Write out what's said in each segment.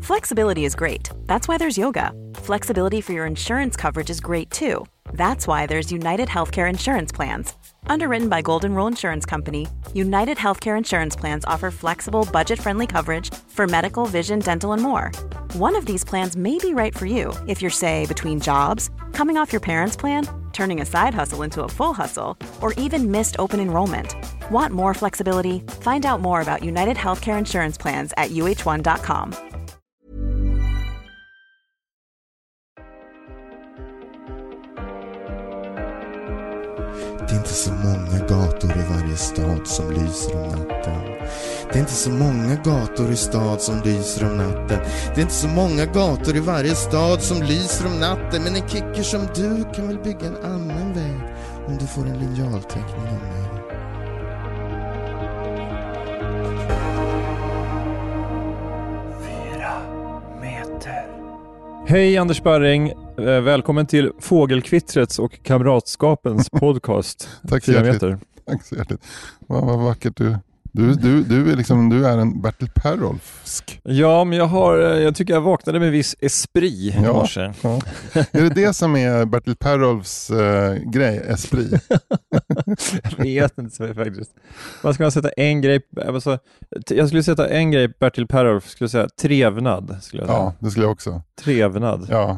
Flexibility is great. That's why there's yoga. Flexibility for your insurance coverage is great too. That's why there's United Healthcare Insurance Plans. Underwritten by Golden Rule Insurance Company, United Healthcare Insurance Plans offer flexible, budget-friendly coverage for medical, vision, dental, and more. One of these plans may be right for you if you're, say, between jobs, coming off your parents' plan, turning a side hustle into a full hustle, or even missed open enrollment. Want more flexibility? Find out more about United Healthcare Insurance Plans at uh1.com. Det är inte så många gator i varje stad som lyser om natten. Det är inte så många gator i stad som lyser om natten. Det är inte så många gator i varje stad som lyser om natten. Men en kicker som du kan väl bygga en annan väg om du får en linjalteckning av mig. Hej Anders Sparring, välkommen till Fågelkvittrets och kamratskapens podcast. Tack så hjärtligt. Tack så hjärtligt. Vad vackert du. Du är liksom, du är en Bertil Perolfsk. Ja, men jag tycker jag vaknade med viss esprit i morse. Ja. Är det som är Bertil Perolfs grej, esprit? Jag vet inte faktiskt. Vad ska man sätta en grej? Jag skulle sätta en grej Bertil Perolf, skulle säga trevnad. Skulle jag säga. Ja, det skulle jag också. Trevnad. Ja.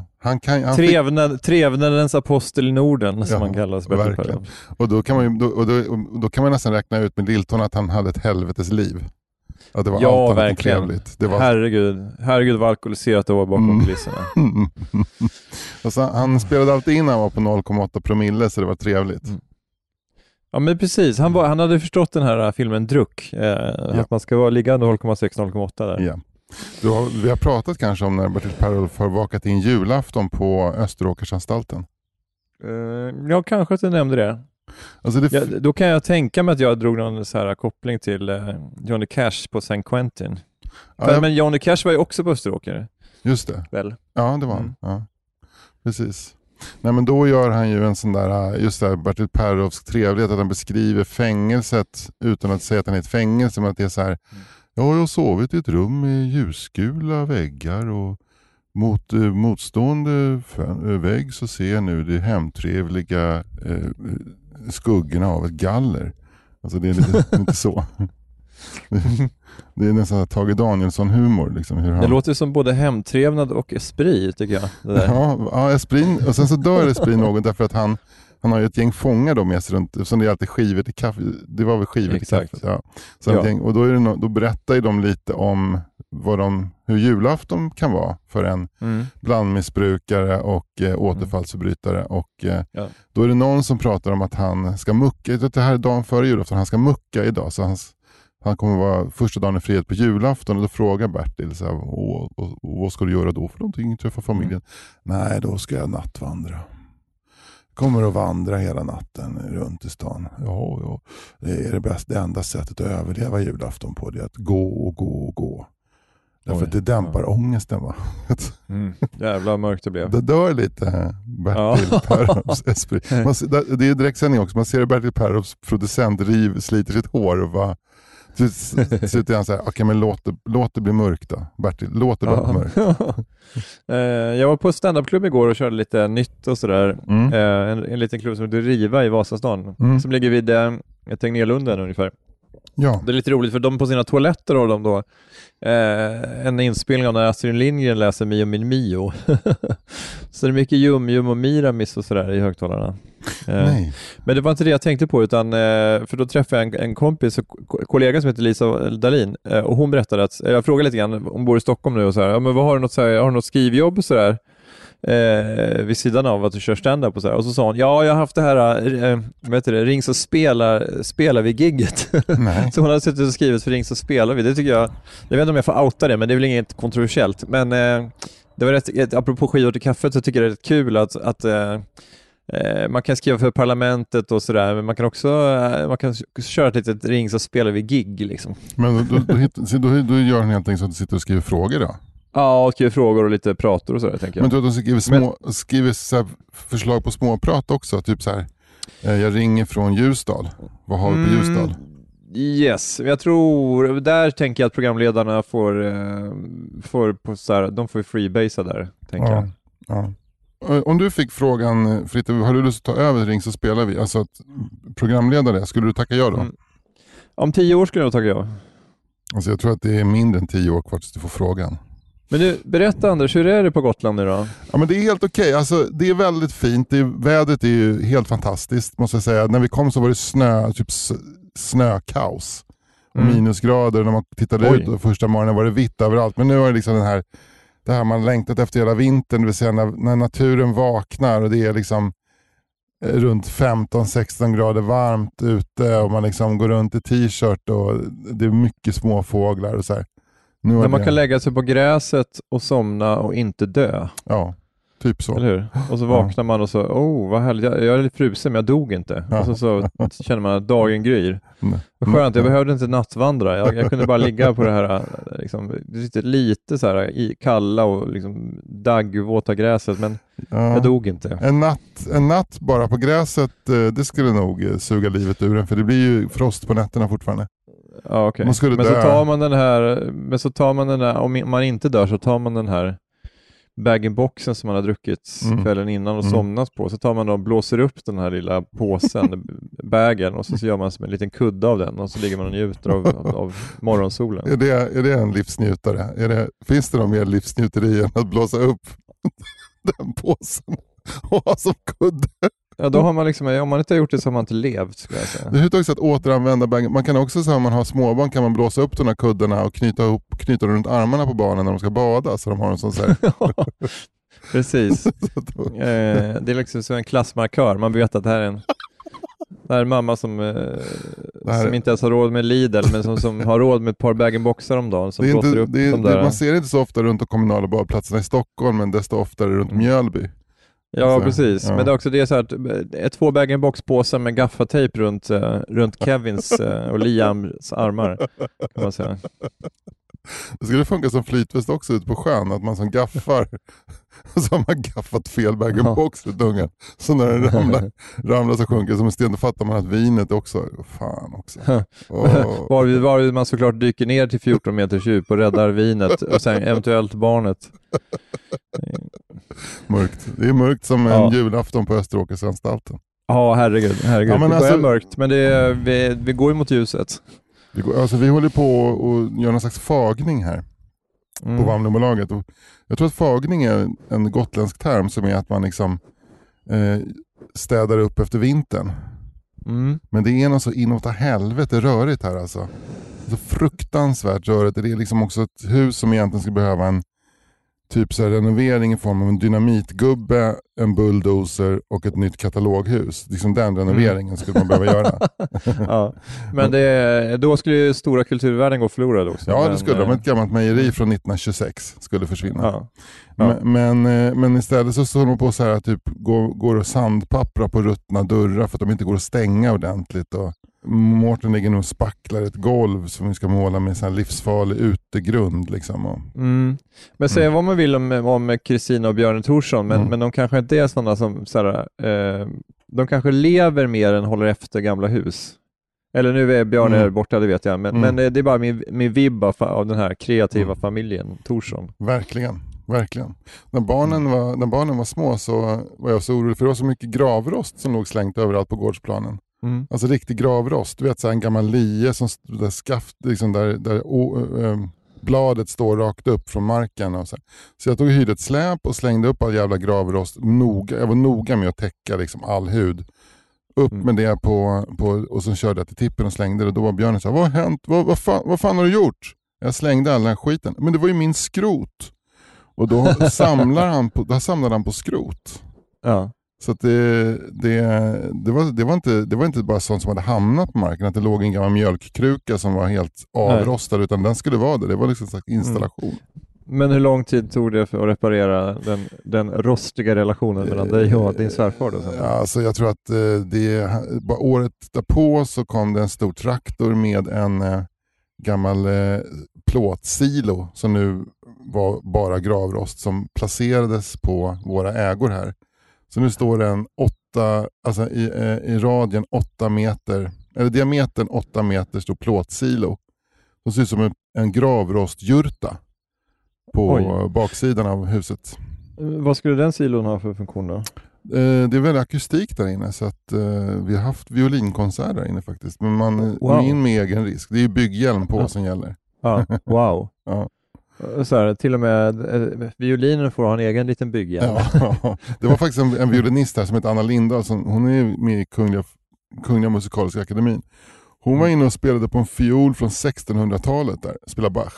Trevnadens apostel i Norden, som man kallas. Verkligen. Och då kan man nästan räkna ut med Lilton att han hade ett helvetes liv. Att det var allt verkligen. Trevligt. Det var... Herregud vad alkoholiserat det var bakom kulisserna. Och så, han spelade alltid in när han var på 0,8 promille, så det var trevligt. Ja, men precis. Han hade förstått den här filmen Druck. Att man ska ligga 0,6-0,8 där. Ja. Vi har pratat kanske om när Bertil Perolf har vakat in julafton på Österåkersanstalten. Ja, kanske att du nämnde det. Alltså då kan jag tänka mig att jag drog någon så här koppling till Johnny Cash på San Quentin. Men Johnny Cash var ju också på Österåker. Just det. Väl? Ja, det var han. Ja. Precis. Nej, men då gör han ju en sån där, just där Bertil Perolfs trevlighet, att han beskriver fängelset utan att säga att han är ett fängelse, men att det är så här. Ja, jag har sovit i ett rum med ljusgula väggar och mot motstående vägg så ser jag nu de hemtrevliga skuggorna av ett galler. Alltså det är lite så. Det är nästan Tage Danielsson-humor. Liksom, Det låter som både hemtrevnad och esprit, tycker jag. Det där. Ja, esprit. Och sen så dör esprit någon därför att han har ju ett gäng fångar då med sig runt, som det är alltid skivor till kaffe. Det var väl skivor till kaffe. Ja. Så gäng, och då berättar ju de lite om hur julafton kan vara för en blandmissbrukare och återfallsförbrytare. Och då är det någon som pratar om att han ska mucka. Det här är dagen före julafton. Han ska mucka idag. Så han kommer vara första dagen i frihet på julafton. Och då frågar Bertil så här, vad ska du göra då för någonting? Träffa familjen? Nej, då ska jag nattvandra. Kommer att vandra hela natten runt i stan. Ja. Det är det enda sättet att överleva julafton på, det är att gå. Därför att det dämpar ångesten, va? Jävla mörkt det blev. Det dör lite Bertil Perolfs esprit. Det är direktsändning också. Man ser Bertil Perolfs producent sliter sitt hår och bara slutar han säga, okej, men låt det bli mörkt då. Bertil, låt det vara mörkt. Jag var på stand-up-klubb igår och körde lite nytt och sådär. En liten klubb som heter Riva i Vasastan. Som ligger vid Tegnérlunden ungefär. Ja. Det är lite roligt för de på sina toaletter har de då en inspelning av när Astrid Lindgren läser Mio min Mio. Så det är mycket Jum och Miramis och sådär i högtalarna. Nej. Men det var inte det jag tänkte på, utan för då träffade jag en kompis och kollega som heter Lisa Dahlin, och hon berättade att, jag frågade lite grann, hon bor i Stockholm nu och så här, ja, men vad har du något, så här, har du något skrivjobb och så där? Vid sidan av att du kör stand-up och så här. Och så sa hon, ja, jag har haft det här Rings och spela vid gigget. Så hon hade suttit och skrivit för Rings och spela vid. Det tycker jag vet inte om jag får outa det, men det är väl inget kontroversiellt. Men det var rätt, apropå skivor till kaffet, så tycker jag det är rätt kul att man kan skriva för parlamentet och sådär, men man kan också köra ett litet Rings och spela vid gig liksom. Men då gör han helt enkelt så att du sitter och skriver frågor då? Ja, och skriver frågor och lite prator och sådär, tänker jag. Men tror du att de skriver så här förslag på småprat också? Typ så här, jag ringer från Ljusdal. Vad har vi på Ljusdal? Yes, jag tror, där tänker jag att programledarna får på så här, de får freebasea där, tänker jag. Ja. Om du fick frågan, Fritte, har du lust att ta över Ring så spelar vi? Alltså att programledare, skulle du tacka ja då? Om 10 år skulle jag tacka ja. Alltså jag tror att det är mindre än 10 år kvar tills du får frågan. Men du, berätta Anders, hur är det på Gotland nu då? Ja, men det är helt okej. Alltså, det är väldigt fint. Vädret är ju helt fantastiskt, måste jag säga. När vi kom så var det snökaos. Och minusgrader. När man tittade ut och första morgonen var det vitt överallt. Men nu är det liksom det här man längtat efter hela vintern. Det vill säga när naturen vaknar och det är liksom runt 15-16 grader varmt ute. Och man liksom går runt i t-shirt och det är mycket små fåglar och så här. När man kan lägga sig på gräset och somna och inte dö. Ja, typ så. Eller hur? Och så vaknar man och så, vad härligt, jag är lite frusen men jag dog inte. Ja. Och så känner man att dagen gryr. Vad skönt, jag behövde inte nattvandra. Jag kunde bara ligga på det här liksom, lite så här kalla och liksom daggvåta gräset, men jag dog inte. En natt bara på gräset, det skulle nog suga livet ur en, för det blir ju frost på nätterna fortfarande. Ja, okej. Men så tar man den här, om man inte dör så tar man den här bag-in-boxen som man har druckit kvällen innan och somnat på, så tar man och blåser upp den här lilla påsen, bagen, och så gör man som en liten kudde av den och så ligger man och njuter av morgonsolen. Är det en livsnjutare? Finns det någon mer livsnjuteri än att blåsa upp den påsen och ha som kudde? Ja, då har man liksom, om man inte har gjort det så har man inte levt, skulle jag säga. Det är också att återanvända bagen. Man kan också, så om man har småbarn, kan man blåsa upp de här kuddarna och knyta runt armarna på barnen när de ska bada, så de har en sån här. Precis. Det är liksom som en klassmarkör. Man vet att det här är en mamma som inte ens har råd med Lidl, men som har råd med ett par bag-in-boxar om dagen. Som blåser upp de där. Man ser inte så ofta runt de kommunala badplatserna i Stockholm, men desto oftare runt Mjölby. Ja, precis. Ja. Men det är också så här, 2 bag-in-box-påsar med gaffatejp runt Kevins och Liams armar, kan man säga. Det skulle funka som flytväst också ute på sjön, att man som gaffar och så har man gaffat fel bag-in-box för tungan. Så när den ramlar så sjunker som en sten, då fattar man att vinet också, fan också. Var man såklart dyker ner till 14 meters djup och räddar vinet och sen eventuellt barnet. Mörkt. Det är mörkt som en julafton på Österåkersanstalten. Ja, herregud. Ja, men det är mörkt, men vi går ju mot ljuset. Vi håller på och gör någon slags fagning här på Vamlebolaget. Och jag tror att fagning är en gotländsk term som är att man liksom städar upp efter vintern. Men det är något så inåt helvete rörigt här alltså. Så fruktansvärt rörigt. Det är liksom också ett hus som egentligen ska behöva en typ så här renovering i form av en dynamitgubbe, en bulldozer och ett nytt kataloghus. Liksom den renoveringen skulle man behöva göra. Ja. Men då skulle ju stora kulturvärden gå förlorade också. Ja, det skulle de. Ett gammalt mejeri från 1926 skulle försvinna. Ja. Men istället så står de på så här typ går och sandpappra på ruttna dörrar för att de inte går att stänga ordentligt. Och Mårten ligger nog och spacklar ett golv som vi ska måla med en livsfarlig utegrund. Liksom. Men säga vad man vill om Kristina och Björn Thorsson, men de kanske inte är sådana som de kanske lever mer än håller efter gamla hus. Eller nu är Björn borta, det vet jag. Men det är bara min vibb av den här kreativa familjen Thorsson. Verkligen. När barnen var små så var jag så orolig, för det var så mycket gravrost som låg slängt överallt på gårdsplanen. Alltså riktig gravrost. Du vet, så här en gammal lie som där skaft, liksom där bladet står rakt upp från marken. Och så jag tog och hyrde ett släp och slängde upp all jävla gravrost. Jag var noga med att täcka liksom all hud. Upp med det på och så körde jag till tippen och slängde det. Då var Björn så här, vad har hänt? Vad fan har du gjort? Jag slängde all den här skiten. Men det var ju min skrot. Och då samlade han på skrot. Ja. Så att det var inte bara sånt som hade hamnat på marken, att det låg en gammal mjölkkruka som var helt avrostad, utan den skulle vara det. Det var liksom en slags installation. Men hur lång tid tog det för att reparera den rostiga relationen mellan dig och din svärfar då? Ja, alltså jag tror att bara året därpå så kom det en stor traktor med en gammal plåtsilo som nu var bara gravrost, som placerades på våra ägor här. Så nu står den i radien 8 meter eller diametern 8 meter stor plåtsilo. Det ser ut som en gravrostjurta på baksidan av huset. Vad skulle den silon ha för funktion då? Det är väl akustik där inne, så att vi har haft violinkonserter där inne faktiskt. Men man är in med egen risk. Det är ju bygghjälm på som gäller. Ja, wow. Ja. Så här, till och med violinen får ha en egen liten bygghjälm. Ja. Det var faktiskt en violinist här som heter Anna Lindahl. Hon är med i Kungliga Musikaliska Akademin. Hon var inne och spelade på en fiol från 1600-talet där. Spelade Bach.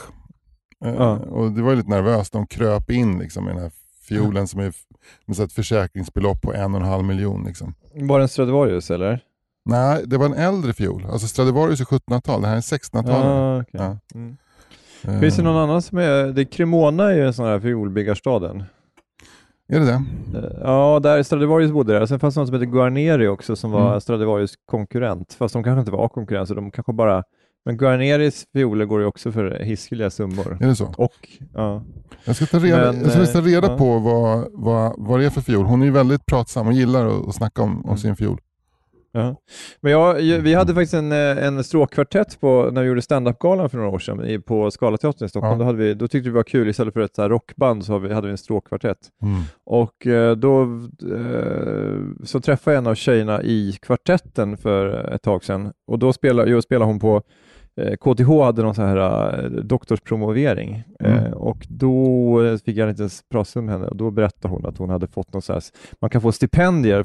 Och det var lite nervöst. De kröp in liksom i den här fiolen som är med ett försäkringsbelopp på 1,5 miljon. Liksom. Var det en Stradivarius eller? Nej, det var en äldre fiol. Alltså Stradivarius är 1700-tal. Det här är 1600-talet. Okay. Ja. Finns det någon annan som är... Cremona är ju en sån här fiolbyggarstaden. Är det det? Ja, där Stradivarius bodde där. Sen fanns det någon som heter Guarneri också som var Stradivarius konkurrent. Fast de kanske inte var konkurrent, så de kanske bara... Men Guarneris fioler går ju också för hiskeliga summor. Är det så? Ja. Jag ska ta reda på vad det är för fiol. Hon är ju väldigt pratsam och gillar att snacka om sin fiol. Ja. Men vi hade faktiskt en stråkkvartett när vi gjorde stand-up-galan för några år sedan på Scalateatern i Stockholm. Ja. Då tyckte vi var kul, istället för ett så här rockband så hade vi en stråkkvartett. Och då så träffade jag en av tjejerna i kvartetten för ett tag sedan. Och då spelade hon på KTH hade någon så här doktorspromovering och då fick jag inte ens prata med henne, och då berättade hon att hon hade fått någon så här, man kan få stipendier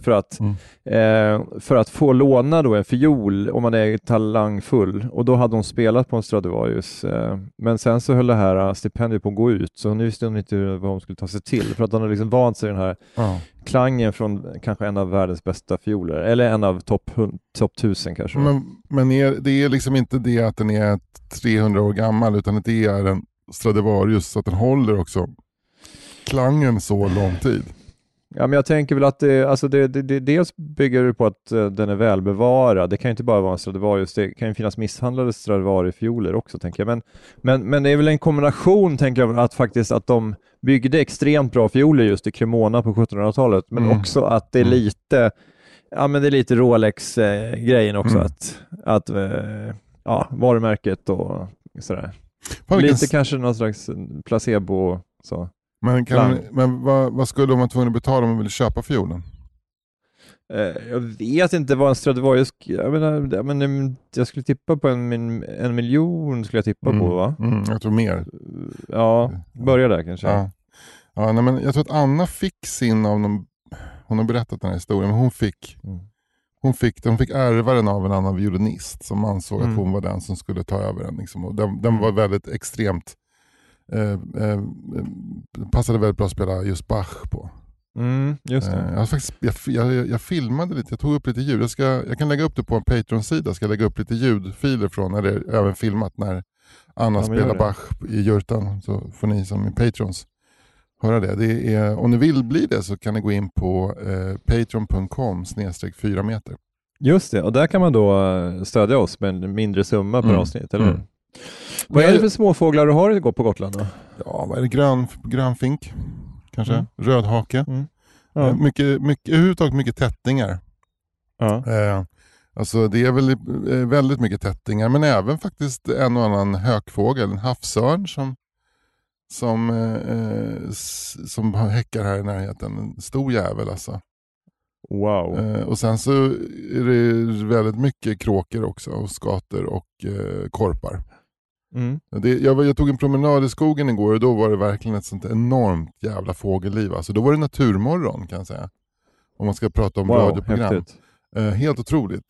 för att få låna då en fiol om man är talangfull, och då hade hon spelat på en Stradivarius, men sen så höll det här stipendiet på att gå ut, så hon visste inte vad hon skulle ta sig till, för att hon hade liksom vant sig den här klangen från kanske en av världens bästa fioler, eller en av topp 1000 kanske. Men det är liksom inte det att den är 300 år gammal, utan att det är en Stradivarius, så att den håller också klangen så lång tid. Ja, men jag tänker väl att det dels bygger det på att den är välbevarad. Det kan ju inte bara vara en Stradivarius, det kan ju finnas misshandlade Stradivarius-fioler också, tänker jag. Men det är väl en kombination, tänker jag, att de byggde extremt bra fioler just i Cremona på 1700-talet, men också att det är lite det är lite Rolex-grejen också, att varumärket och sådär. Lite kanske någon slags placebo så. Men vad skulle man tvungen att betala om man ville köpa fiolen? Jag vet inte vad en Stradivarius... Jag skulle tippa på en miljon skulle jag tippa på, va? Jag tror mer. Ja, börja där kanske. Ja, men jag tror att Anna fick sin av någon... Hon har berättat den här historien, men hon fick ärva den av en annan violinist som ansåg att hon var den som skulle ta över den. Liksom. Och den var väldigt extremt... passade väldigt bra att spela just Bach på. Just det. Jag filmade lite, jag tog upp lite ljud. Jag kan lägga upp det på en Patreon-sida. Ska jag lägga upp lite ljudfiler från när det är även filmat när Anna spelar Bach i jurtan, så får ni som är Patrons höra det. Om ni vill bli det så kan ni gå in på patreon.com/4 meter. Just det, och där kan man då stödja oss med en mindre summa per avsnitt, eller hur? Vad är det för småfåglar du har på Gotland då? Ja, vad är det? Grönfink kanske? Rödhake. Mycket, överhuvudtaget mycket tättingar. Alltså det är väl väldigt mycket tättingar, men även faktiskt en och annan hökfågel, en havsörn som häckar här i närheten. En stor jävel alltså. Wow. Och sen så är det väldigt mycket kråkor också, och skator och korpar. Jag tog en promenad i skogen igår, och då var det verkligen ett sånt enormt jävla fågelliv. Alltså då var det naturmorgon, kan jag säga. Om man ska prata om radioprogram. Helt otroligt.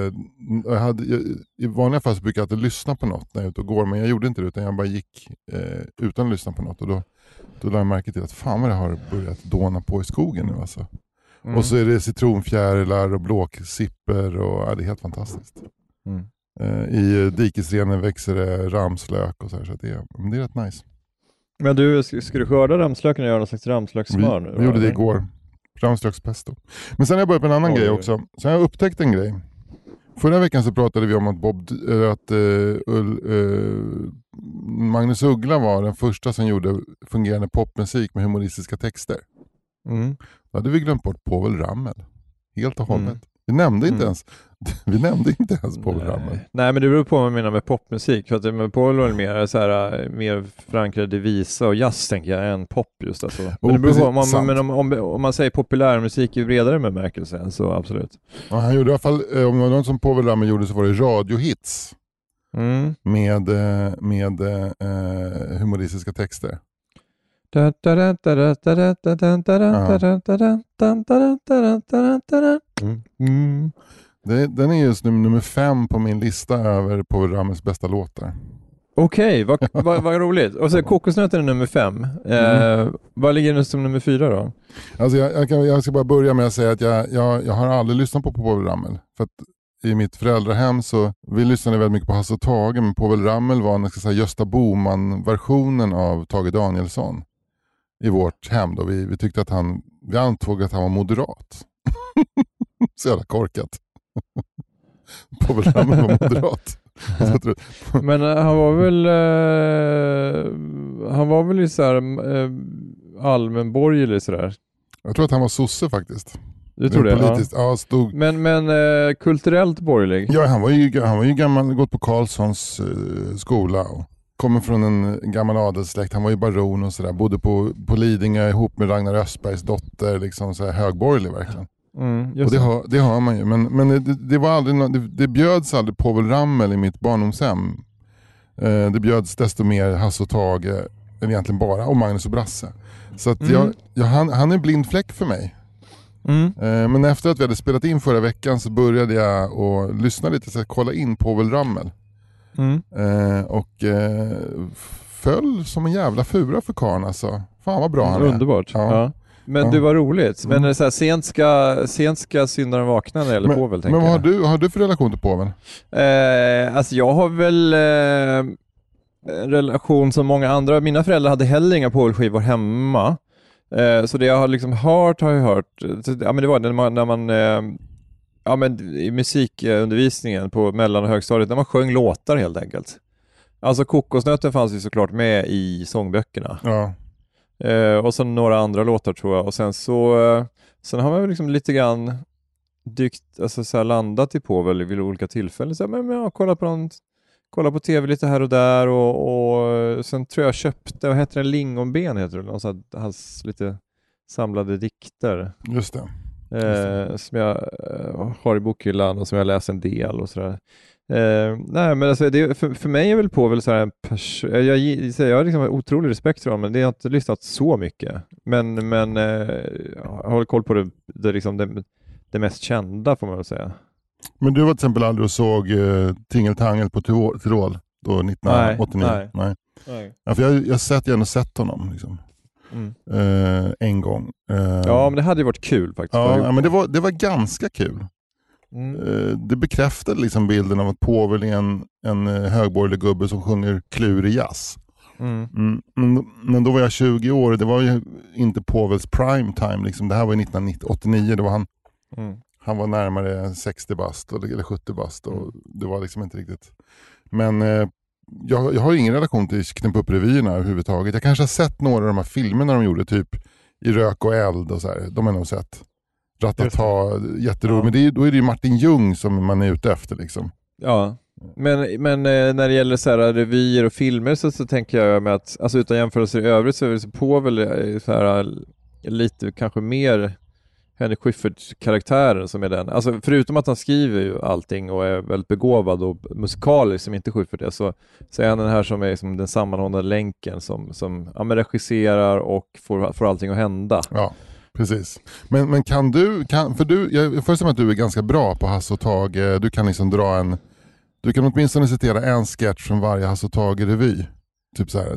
I vanliga fall så brukar jag alltid lyssna på något när jag är ute och går, men jag gjorde inte det, utan jag bara gick utan att lyssna på något. Och då lade jag märke till att fan vad det har börjat dåna på i skogen nu alltså. Och så är det citronfjärilar och blåsipper och det är helt fantastiskt. I dikesrenen växer det ramslök och så här, så det är rätt nice. Men du, ska du skörda ramslöken och göra någon slags ramslökssmör nu? Vi gjorde det igår. Ramslökspesto. Men sen har jag börjat på en annan grej också. Sen har jag upptäckt en grej. Förra veckan så pratade vi om att Magnus Uggla var den första som gjorde fungerande popmusik med humoristiska texter. Då hade vi glömt bort Povel Ramel. Helt och hållet. Vi nämnde inte ens Povel Ramel. Nej, men det beror på vad man menar med popmusik. För att med Povel var mer så här, mer förankrad i visa och jazz, tänker jag, än pop just alltså. Men det beror på, om man säger populärmusik i bredare bemärkelse, så absolut. Ja, han gjorde i alla fall, om det var något som Povel Ramel gjorde, så var det radiohits. Med humoristiska texter. Den är just nu nummer 5 på min lista över Povel Ramels bästa låtar. Okej, vad roligt. Och så Kokosnöten är nummer 5. Vad ligger det som nummer 4 då? Alltså jag ska bara börja med att säga att jag har aldrig lyssnat på Povel Ramel. För att i mitt föräldrahem så vi lyssnade väldigt mycket på Hasse och Tage, men Povel Ramel var en Gösta Bohman-versionen av Tage Danielsson i vårt hem då. Vi tyckte att vi antog att han var moderat. Så jävla korkat. Povel Ramel var moderat. Men han var väl i så här allmänborgerlig sådär. Jag tror att han var sosse faktiskt. Du tror det? Politiskt, ja. Stod... Men kulturellt borgerlig? Ja, han var ju gammal, gått på Karlssons skola och kommer från en gammal adelssläkt. Han var ju baron och sådär. Bodde på Lidingö ihop med Ragnar Östbergs dotter, liksom så här högborgerlig verkligen. Och det hör man ju. Men det var aldrig det bjöds aldrig Povel Ramel i mitt barndomshem. Det bjöds desto mer Hasse och Tage än egentligen bara, och Magnus och Brasse. Så att han är blind fläck för mig. Men efter att vi hade spelat in förra veckan så började jag och lyssna lite, så att kolla in Povel Ramel. Och föll som en jävla fura för karln alltså. Fan vad bra han är. Underbart. Ja. Men det var roligt. Men det är så här, sent ska syndaren vakna när det gäller Povel, tänker jag. Men vad har du för relation till Povel? Alltså jag har väl en relation som många andra. Mina föräldrar hade heller inga Povel-skivor hemma. Så det jag har liksom hört har jag hört. Ja, men det var när man i musikundervisningen på mellan- och högstadiet, när man sjöng låtar helt enkelt. Alltså Kokosnöten fanns ju såklart med i sångböckerna. Ja. Och så några andra låtar tror jag. Och sen har man liksom lite grann alltså så här landat i Povel vid olika tillfällen. Så här, men jag kolla på tv lite här och där. Och sen tror jag köpte, vad heter det, Lingonben heter det. Någon sån här, hans lite samlade dikter. Just det. Som jag har i bokhyllan och som jag läser en del och sådär. Nej, men alltså för mig är väl Povel så här en jag har liksom otrolig respekt för honom, men det har inte lyssnat så mycket. Men jag har koll på det liksom det mest kända, får man väl säga. Men du var till exempel aldrig och såg Tingeltangel på Tyrol då 1989? Nej. Ja, för jag har gärna sett honom liksom. En gång. Ja, men det hade ju varit kul faktiskt. Ja, men det var ganska kul. Det bekräftade liksom bilden av att Povel är en högborgerlig gubbe som sjunger klurig jazz. Men då var jag 20 år. Det var ju inte Povels prime time liksom. Det här var ju 1989. Då var han var närmare 60 bast eller 70 bast och det var liksom inte riktigt. Men jag har ingen relation till Knäpp upp revyerna överhuvudtaget. Jag kanske har sett några av de här filmerna de gjorde, typ I rök och eld och så här. De har nog sett. Ratata, jätteroligt. Men då är det ju Martin Ljung som man är ute efter liksom. Ja, men när det gäller så här revyer och filmer så tänker jag med att, alltså utan jämförelser i övrigt, så är det Povel så här lite kanske mer Henrik Schyffert-karaktären som är den. Alltså förutom att han skriver ju allting och är väldigt begåvad och musikalisk som inte Schyffert är, så är han den här som är liksom den sammanhållande länken som regisserar och får allting att hända. Ja. Precis. Men jag föreställer mig att du är ganska bra på Hasse och Tage. Du kan liksom du kan åtminstone citera en sketch från varje Hasse och Tage-revy. Typ så här,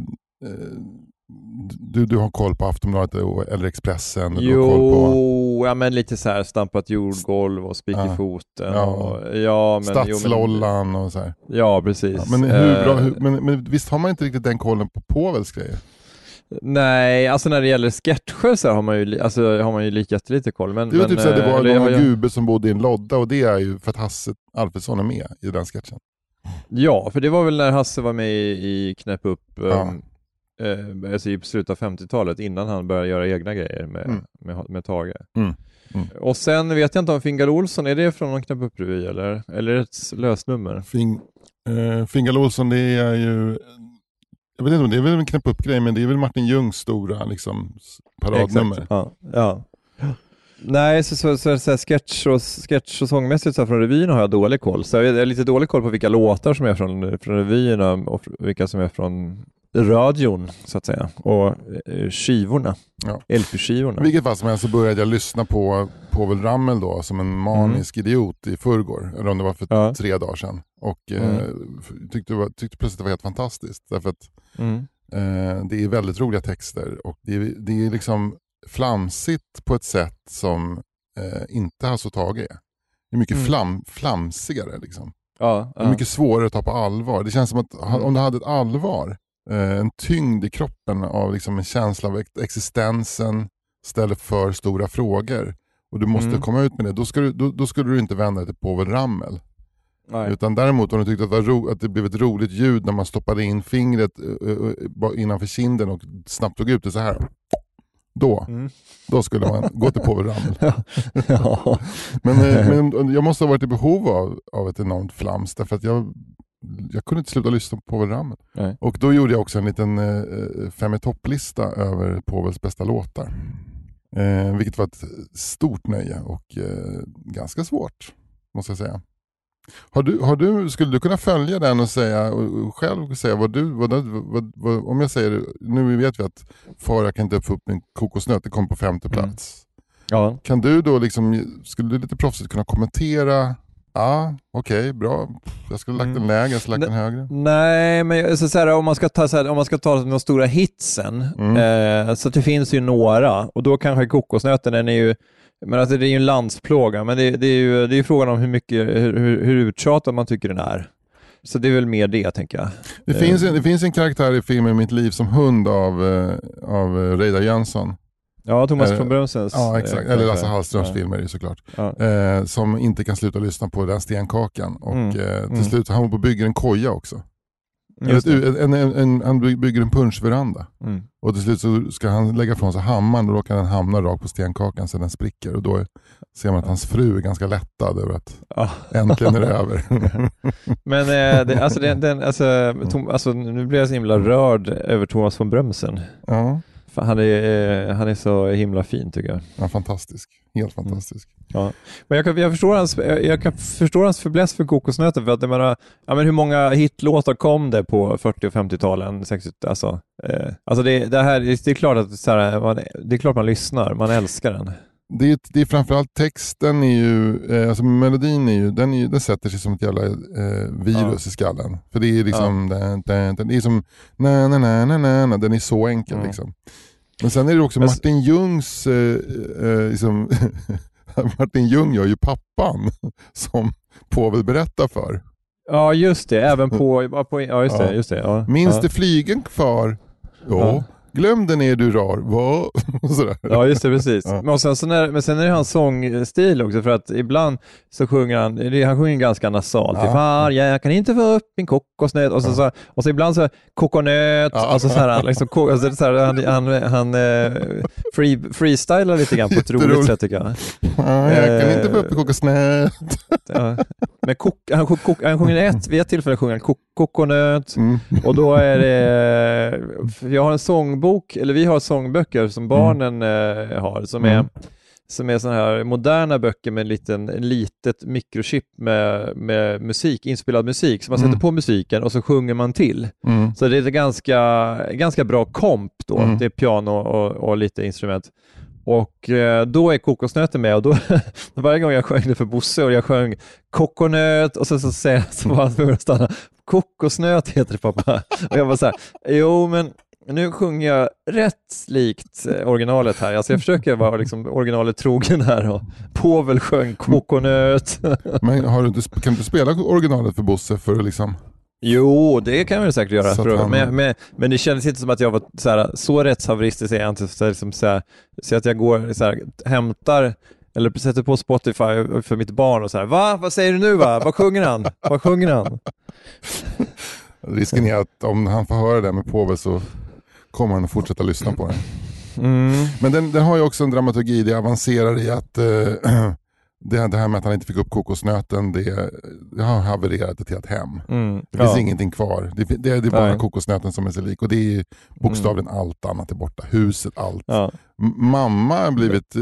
du har koll på Aftonbladet eller Expressen. Ja, men lite så här stampat jordgolv och spik i foten. Stadslollan och så här. Ja, precis. Ja, men men visst har man inte riktigt den kollen på Povels grejer? Nej, alltså när det gäller sketcher så har man ju jättelite koll. Men, det var typ så att det var någon gubbe som bodde i en lodda, och det är ju för att Hasse Alfredsson är med i den sketchen. Ja, för det var väl när Hasse var med i Knäpp upp. alltså i slutet av 50-talet innan han började göra egna grejer med Tage. Och sen vet jag inte om Fingal Olsson, är det från någon Knäpp upp-revy eller är det ett lösnummer? Fingal Olsson, det är ju, jag vet inte om det är väl en Knäpp upp-grej, men det är väl Martin Ljungs stora liksom paradnummer. Exakt. Ja. Nej, så sketch och sångmässigt så från revyerna har jag dålig koll. Så jag är lite dålig koll på vilka låtar som är från revyerna och vilka som är från radion så att säga. Och skivorna, LP-skivorna. Vilket fall som helst så började jag lyssna på Povel Ramel då som en manisk idiot i förrgår. Eller om det var för 3 dagar sedan. Och tyckte plötsligt det var helt fantastiskt. Därför att det är väldigt roliga texter. Och det är liksom flamsigt på ett sätt som inte Hasse och Tage är. Det är mycket flamsigare liksom. Det är mycket svårare att ta på allvar. Det känns som att om du hade ett allvar, en tyngd i kroppen av liksom en känsla av existensen, ställer för stora frågor och du måste komma ut med det, då skulle du inte vända dig till Povel Ramel. Nej. Utan däremot om du tyckte att det blev ett roligt ljud när man stoppade in fingret innanför kinden och snabbt tog ut det så här. Då skulle man gå till Povel Ramel. Men jag måste ha varit i behov av ett enormt flams därför att jag kunde inte sluta lyssna på Povel Ramel. Nej. Och då gjorde jag också en liten 5 i topplista över Povels bästa låtar. Vilket var ett stort nöje och ganska svårt, måste jag säga. Skulle du kunna följa den och själv säga vad om jag säger, nu vet vi att jag kan inte få upp min kokosnöt, det kom på 5:e plats. Ja. Kan du då liksom, skulle du lite proffsigt kunna kommentera? Ja, okej, bra. Jag skulle lagt den lägre, jag skulle lagt den högre. Nej, men om man ska ta de stora hitsen så det finns ju några och då kanske kokosnöten den är ju. Men alltså det är ju en landsplåga, men det är ju frågan om hur uttjatad man tycker den är. Så det är väl mer det, tänker jag. Det finns en karaktär i filmen Mitt liv som hund av Reidar Jönsson. Ja, Thomas från Brömsens. Ja, exakt. Eller Lasse Hallströms filmer är det såklart. Ja. Som inte kan sluta lyssna på den stenkakan. Och till slut han på bygger en koja också. Han bygger en punschveranda. Och till slut så ska han lägga från sig hammaren och då kan den hamna rakt på stenkakan så den spricker. Och då ser man att hans fru är ganska lättad över att äntligen är det över. Men nu blir jag så himla rörd över Thomas von Brömsen. Ja. Han är så himla fin tycker jag. Ja, fantastisk. Helt fantastisk. Ja. Men jag kan förstå hans förbläss för kokosnöten för att jag menar, hur många hitlåtar kom det på 40- och 50-talen? 60, det är klart att det är klart man lyssnar, man älskar den. Det är framförallt texten är ju, melodin är ju, den sätter sig som ett jävla virus i skallen. För det är liksom, det är som na, den är så enkel liksom. Men sen är det också Martin Ljungs, Martin Ljung gör ju pappan som Povel berättar för. Ja just det, även just det. Ja. Minns det flygen kvar? Ja. Glöm den är du rar. Sådär. Ja, just det, precis. Ja. Men sen är det hans sångstil också, för att ibland så sjunger han sjunger ganska nasalt. Ja. Jag kan inte få upp min kokosnöt. Och så ibland så kokonöt. Ja. Alltså så här, liksom, han freestylar lite grann på ett roligt sätt tycker jag. Ja, jag kan inte få upp min kokosnöt. Ja. Men han sjunger vid ett tillfälle sjunger han kokonöt. Och då är det, jag har en sångbok, eller vi har sångböcker som barnen har, som är såna här moderna böcker med litet mikrochip med musik, inspelad musik, så man sätter på musiken och så sjunger man till. Så det är ett ganska bra komp då. Det är piano och lite instrument. Och då är kokosnöten med och då varje gång jag sjöng det för Bosse och jag sjöng kokonöt och så var han för att stanna. Kokosnöt heter det pappa. Och jag var så här, jo men nu sjunger jag rätt likt originalet här. Alltså jag försöker vara liksom originalet trogen här och Povel sjöng kokonöt. Men kan du spela originalet för Bosse för att liksom... Jo, det kan jag väl säkert göra. Men det kändes inte som att jag var så rättshaveristisk är jag inte. Så att jag går hämtar eller sätter på Spotify för mitt barn och så här. Va? Vad säger du nu va? Vad sjunger han? Risken är att om han får höra det med Povel så kommer man att fortsätta lyssna på den. Men den har ju också en dramaturgi. Det avancerar i att det här med att han inte fick upp kokosnöten, det har havererat ett helt hem. Det finns ingenting kvar. Det är bara kokosnöten som är sig lik. Och det är bokstavligen allt annat är borta. Huset, allt. Mamma har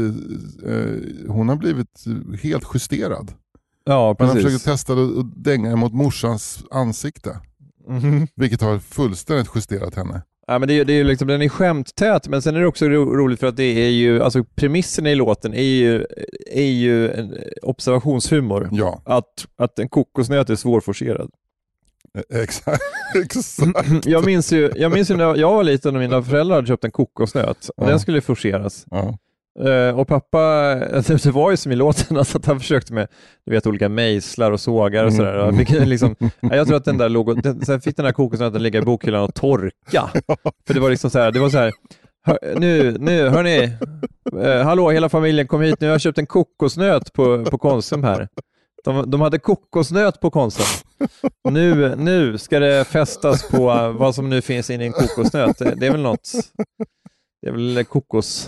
blivit helt justerad. Ja, precis. Man försöker testa att dänga mot morsans ansikte. Vilket har fullständigt justerat henne. Ja, men det är liksom, den är skämttät, men sen är det också roligt för att det är ju, alltså premissen i låten är ju en observationshumor. Ja. Att en kokosnöt är svårforcerad. Exakt. Jag minns ju när jag var liten och mina föräldrar hade köpt en kokosnöt. Och den skulle forceras. Och pappa, det var ju som i låten att han försökte med, du vet, olika mejslar och sågar och sådär. Liksom, jag tror att den där sen fick den här kokosnöten ligga i bokhyllan och torka. För det var liksom så här, nu hörni, hallå hela familjen, kom hit nu, jag har köpt en kokosnöt på Konsum här. De hade kokosnöt på Konsum. Nu ska det festas på vad som nu finns inne i en kokosnöt. Det är väl något. Det är väl kokos.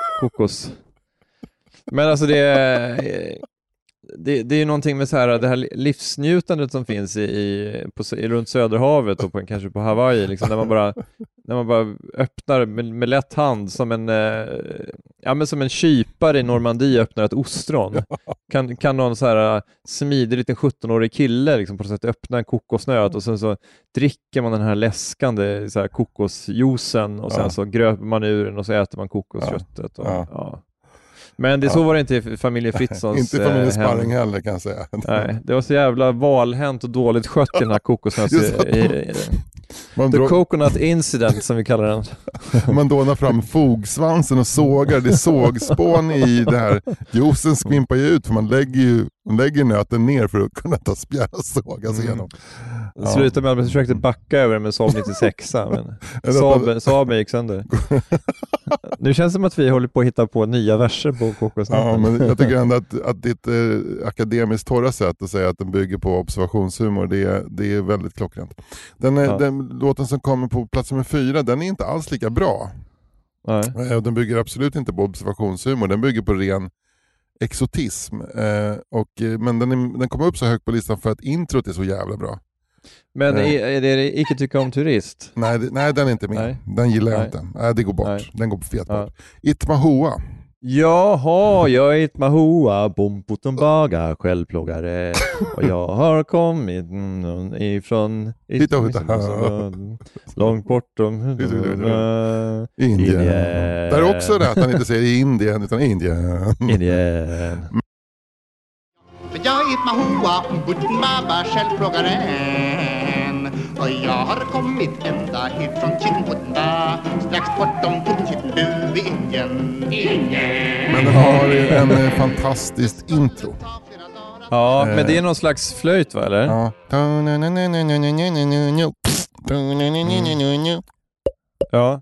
Men alltså det är ju någonting med så här, det här livsnjutandet som finns runt Söderhavet och kanske på Hawaii liksom, när man bara öppnar med lätt hand som en kypare i Normandie öppnar ett ostron. Kan någon så här smidig liten 17-årig kille liksom på något sätt öppna en kokosnöt och sen så dricker man den här läskande så här kokosjuicen och sen så gröper man ur den och så äter man kokosköttet och, Men så var det inte i familjen Fritzons inte familjen Sparring heller, kan jag säga. Nej, det var så jävla valhänt och dåligt skött i den här kokosnöten. The coconut incident som vi kallar den. Man dånar fram fogsvansen och sågar. Det är sågspån i det här. Juicen skvimpar ju ut för man lägger nöten ner för att kunna ta spjärna och såga sig igenom. Det slutade med att man försökte backa över med Saab 96, men Saab gick sönder. Nu känns det som att vi håller på att hitta på nya verser på kokosnöten. Ja, men jag tycker ändå att ditt akademiskt torra sätt att säga att den bygger på observationshumor, det är väldigt klockrent. Den låten som kommer på plats nummer 4, den är inte alls lika bra. Nej. Den bygger absolut inte på observationshumor, den bygger på ren exotism. Men den kommer upp så högt på listan för att introt är så jävla bra. Men är det icke tycka om turist? Nej, den är inte med. Nej. Den gillar jag inte. Nej, det går bort. Nej. Den går på fet bort. Itmahoa. Jaha, jag är Itmahoa, bompotumbaga, självplågare. Och jag har kommit ifrån långt bortom Indien. Där är också det att han inte säger Indien utan Indien. Jag är Itmahoa, bompotumbaga, självplågaren. Och jag har kommit ända hit från Chittagong, strax bortom Timbuktu i Indien. Men den har en fantastiskt intro. Ja, men det är någon slags flöjt, va, eller? Ja. Ja.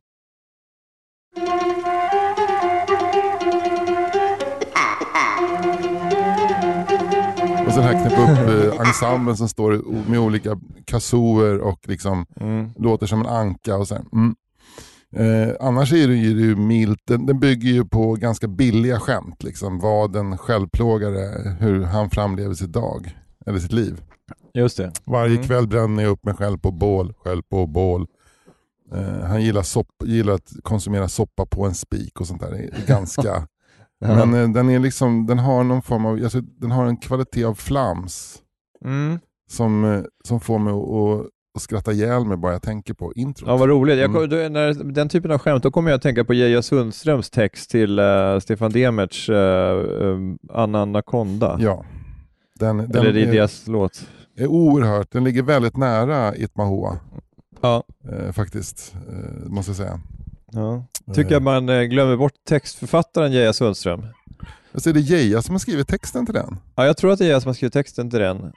Och sen här knäppa upp ensemblen som står med olika kassouer och liksom låter som en anka och sen. Annars är det ju milt. Den bygger ju på ganska billiga skämt. Liksom, vad en självplågare, hur han framlever sitt dag eller sitt liv. Just det. Varje kväll bränner jag upp mig själv på bål. Han gillar att konsumera soppa på en spik och sånt där. Det är ganska... Men den är liksom, den har någon form av, alltså, den har en kvalitet av flams som får mig att skratta ihjäl mig bara jag tänker på introt. Ja, vad roligt. När den typen av skämt, då kommer jag att tänka på Geja Sundströms text till Stefan Demerts Anna Anaconda. Ja. Den eller Ridias låt. Är oerhört, den ligger väldigt nära Itmahoa. Ja. Faktiskt, måste jag säga. Ja. Tycker jag man glömmer bort textförfattaren Geja Sundström. Alltså är det Geja som har skrivit texten till den? Ja, jag tror att det är Geja som har skrivit texten till den.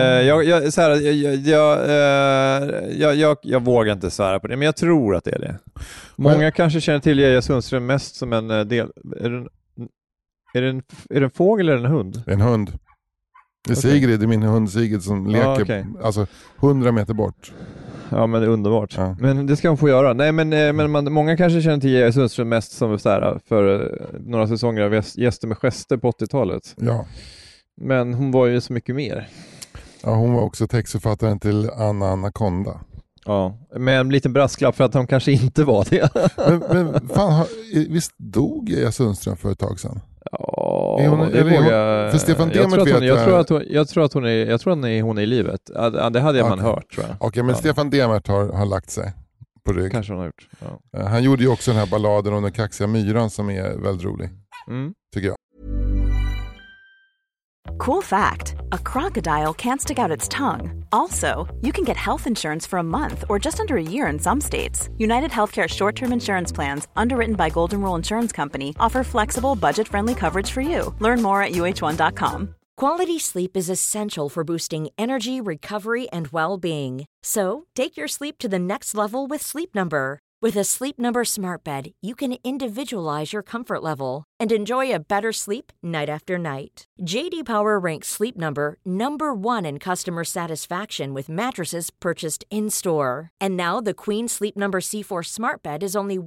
Jag vågar inte svära på det, men jag tror att det är det. Många kanske känner till Geja Sundström mest som en del... Är det en fågel eller en hund? En hund. Det är Sigrid, det är min hund Sigrid som leker alltså 100 meter bort. Ja, men det är underbart. Ja. Men det ska hon få göra. Nej, men många kanske känner till J.A. Sundström mest som så här, för några säsonger av Gäster med gester på 80-talet. Ja. Men hon var ju så mycket mer. Ja, hon var också textförfattaren till Anna Anaconda. Ja, med en liten brasklapp för att hon kanske inte var det. men fan, visst dog J.A. Sundström för ett tag sedan? Ja, det vågar... För Stefan Demert vet jag tror att hon är i livet. Ja, det hade man hört, tror jag. Okej, men Stefan Demert har lagt sig på rygg. Kanske hon har gjort. Ja. Han gjorde ju också den här balladen om den kaxiga myran som är väldigt rolig. Tycker jag. Cool fact, a crocodile can't stick out its tongue. Also, you can get health insurance for a month or just under a year in some states. United Healthcare short-term insurance plans, underwritten by Golden Rule Insurance Company, offer flexible, budget-friendly coverage for you. Learn more at uh1.com. Quality sleep is essential for boosting energy, recovery, and well-being. So, take your sleep to the next level with Sleep Number. With a Sleep Number smart bed, you can individualize your comfort level and enjoy a better sleep night after night. JD Power ranks Sleep Number #1 in customer satisfaction with mattresses purchased in-store. And now the Queen Sleep Number C4 smart bed is only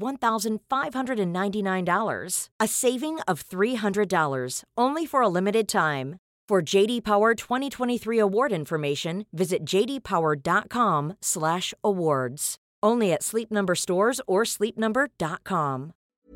$1,599, a saving of $300, only for a limited time. For JD Power 2023 award information, visit jdpower.com/awards. Only at Sleep Number stores or sleepnumber.com.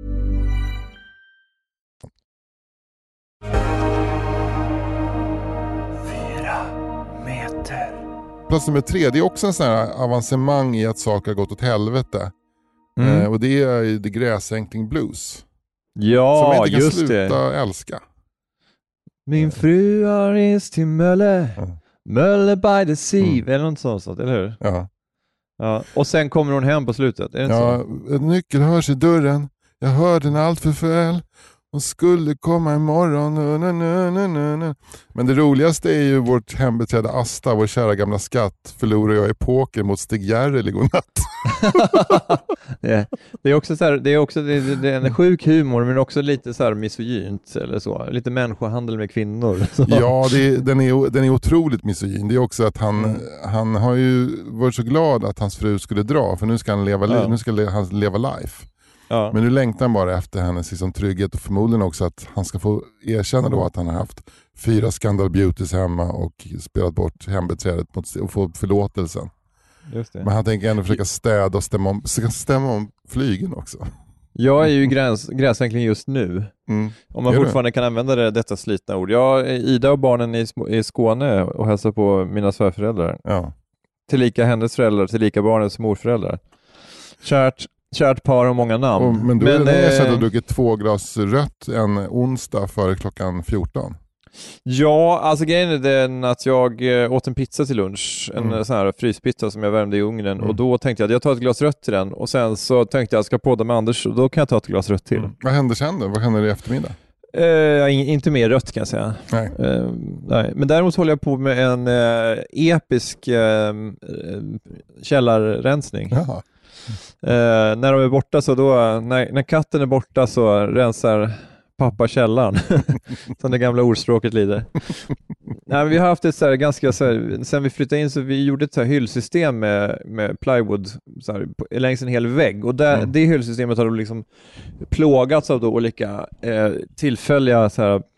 Plats nummer 3, det är också en sån här avancemang i att saker har gått åt helvete. Och det är The Gräsänkling Blues. Ja, som inte kan just sluta det. älska. Min fru har rest till Mölle. Mölle by the sea. Eller något sånt, eller hur? Ja. Ja, och sen kommer hon hem på slutet, är det inte så? En nyckel hörs i dörren. Jag hör den allt för väl. Hon skulle komma imorgon. Men det roligaste är ju vårt hembeträdda Asta, vår kära gamla skatt, förlorar jag i poker mot Stig Järrel i godnatt. Det är också så här, det är en sjuk humor, men också lite så här misogynt eller så, lite människohandel med kvinnor. Så. Ja, den är otroligt misogyn. Det är också att han har ju varit så glad att hans fru skulle dra, för nu ska han leva life. Ja. Men nu längtar han bara efter hennes liksom trygghet, och förmodligen också att han ska få erkänna då att han har haft 4 Scandal Beauties hemma och spelat bort hembeträdet och få förlåtelsen. Just det. Men han tänker ändå försöka städa och stämma om flygen också. Jag är ju gräsänkling just nu. Om man fortfarande kan använda detta slitna ord. Jag är Ida och barnen i Skåne och hälsar på mina svärföräldrar. Ja. Tillika hennes föräldrar, tillika barnens morföräldrar. Kärt par och många namn. Men du har druckit 2 glas rött en onsdag före klockan 14. Ja, alltså grejen är den att jag åt en pizza till lunch. En sån här fryspizza som jag värmde i ugnen. Och då tänkte jag att jag tar ett glas rött till den. Och sen så tänkte jag att jag ska podda med Anders, och då kan jag ta ett glas rött till. Vad händer sen då? Vad händer i eftermiddag? Inte mer rött kan jag säga. Nej. Nej. Men däremot håller jag på med en episk källarrensning. Jaha. När de är borta så då, när katten är borta så rensar pappa källaren. Som det gamla ordspråket lider. Nej, vi har haft ett så här ganska så här, sen vi flyttade in så vi gjorde ett så här hyllsystem med plywood så här, längs en hel vägg, och det hyllsystemet har då liksom plågats av då olika tillfälliga så här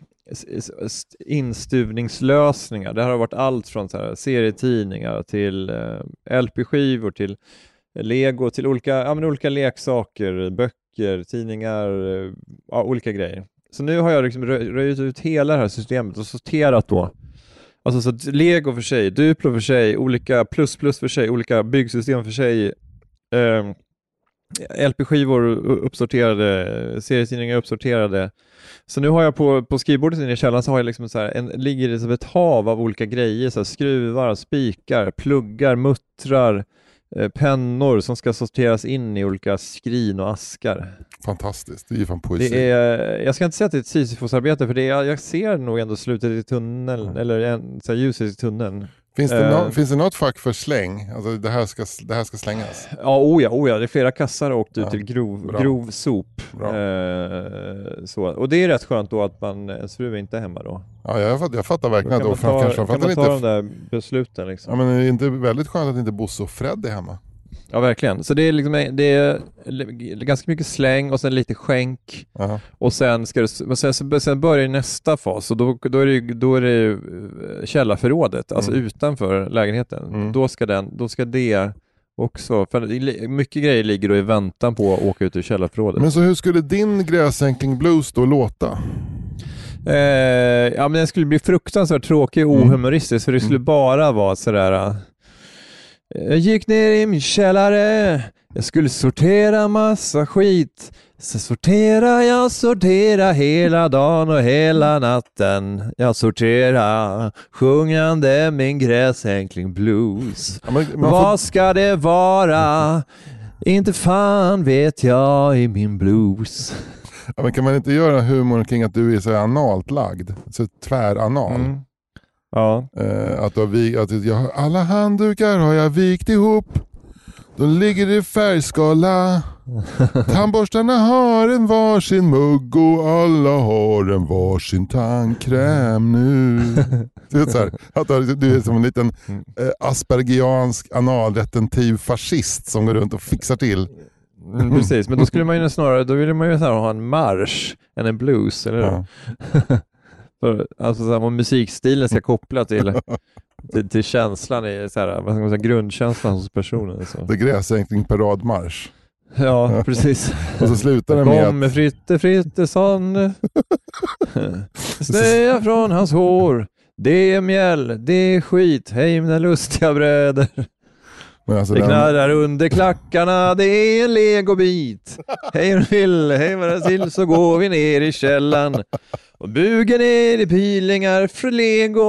instuvningslösningar. Det har varit allt från så här serietidningar till LP-skivor till Lego, till olika leksaker, böcker, tidningar, olika grejer. Så nu har jag liksom röjt ut hela det här systemet och sorterat då. Alltså så Lego för sig, Duplo för sig, olika plus för sig, olika byggsystem för sig, LP-skivor uppsorterade, serietidningar uppsorterade. Så nu har jag på skrivbordet inne i källaren så har jag liksom så här, ligger det som ett hav av olika grejer, så här, skruvar, spikar, pluggar, muttrar, pennor som ska sorteras in i olika skrin och askar. Fantastiskt, det är ju fan poesi. Jag ska inte säga att det är ett Sisyfos-arbete, för jag ser nog ändå slutet i tunneln, eller ljuset i tunneln. Finns det något fack för släng? Alltså det här ska slängas? Ja, det är flera kassar åkt ut till grov sop. Så. Och det är rätt skönt då att ens fru inte är hemma då. Ja, jag fattar verkligen då att kan man ta de där besluten liksom. Ja, men det är inte väldigt skönt att inte Bosse och Fred är hemma. Ja, verkligen. Så det är, liksom, det är ganska mycket släng och sen lite skänk. Uh-huh. Och sen börjar nästa fas och då är det källarförrådet, alltså utanför lägenheten. Då ska det också, för mycket grejer ligger då i väntan på att åka ut ur källarförrådet. Men så hur skulle din gräsänking blues då låta? Men den skulle bli fruktansvärt tråkig och ohumoristisk, för det skulle bara vara sådär. Jag gick ner i min källare, jag skulle sortera massa skit. Så sortera hela dagen och hela natten. Jag sorterar sjungande min gräsänkling blues. Ja, vad ska det vara? Inte fan vet jag i min blues. Ja, men kan man inte göra humor kring att du är så analt lagd? Så tväranal. Ja. Alla handdukar har jag vikt ihop. De ligger i färgskala. Tandborstarna har en varsin mugg och alla har en varsin tandkräm nu. Du vet så här, att du är som en liten aspergiansk analretentiv fascist som går runt och fixar till. Precis, men då skulle man ju snarare, då vill man ju så här ha en marsch än en blues, eller hur? För, alltså så här, om musikstilen ska koppla till känslan i så här, vad ska man säga, grundkänslan hos personen. Så. Det är gräsänkning paradmarsch. Ja, precis. Och så slutar det med Kommer Frittesson snöa från hans hår. Det är mjäll, det är skit. Hej mina lustiga bröder. Alltså det knarrar under klackarna, det är en legobit. Hej vad det till, så går vi ner i källan. Och bugen ner i pilingar för lego.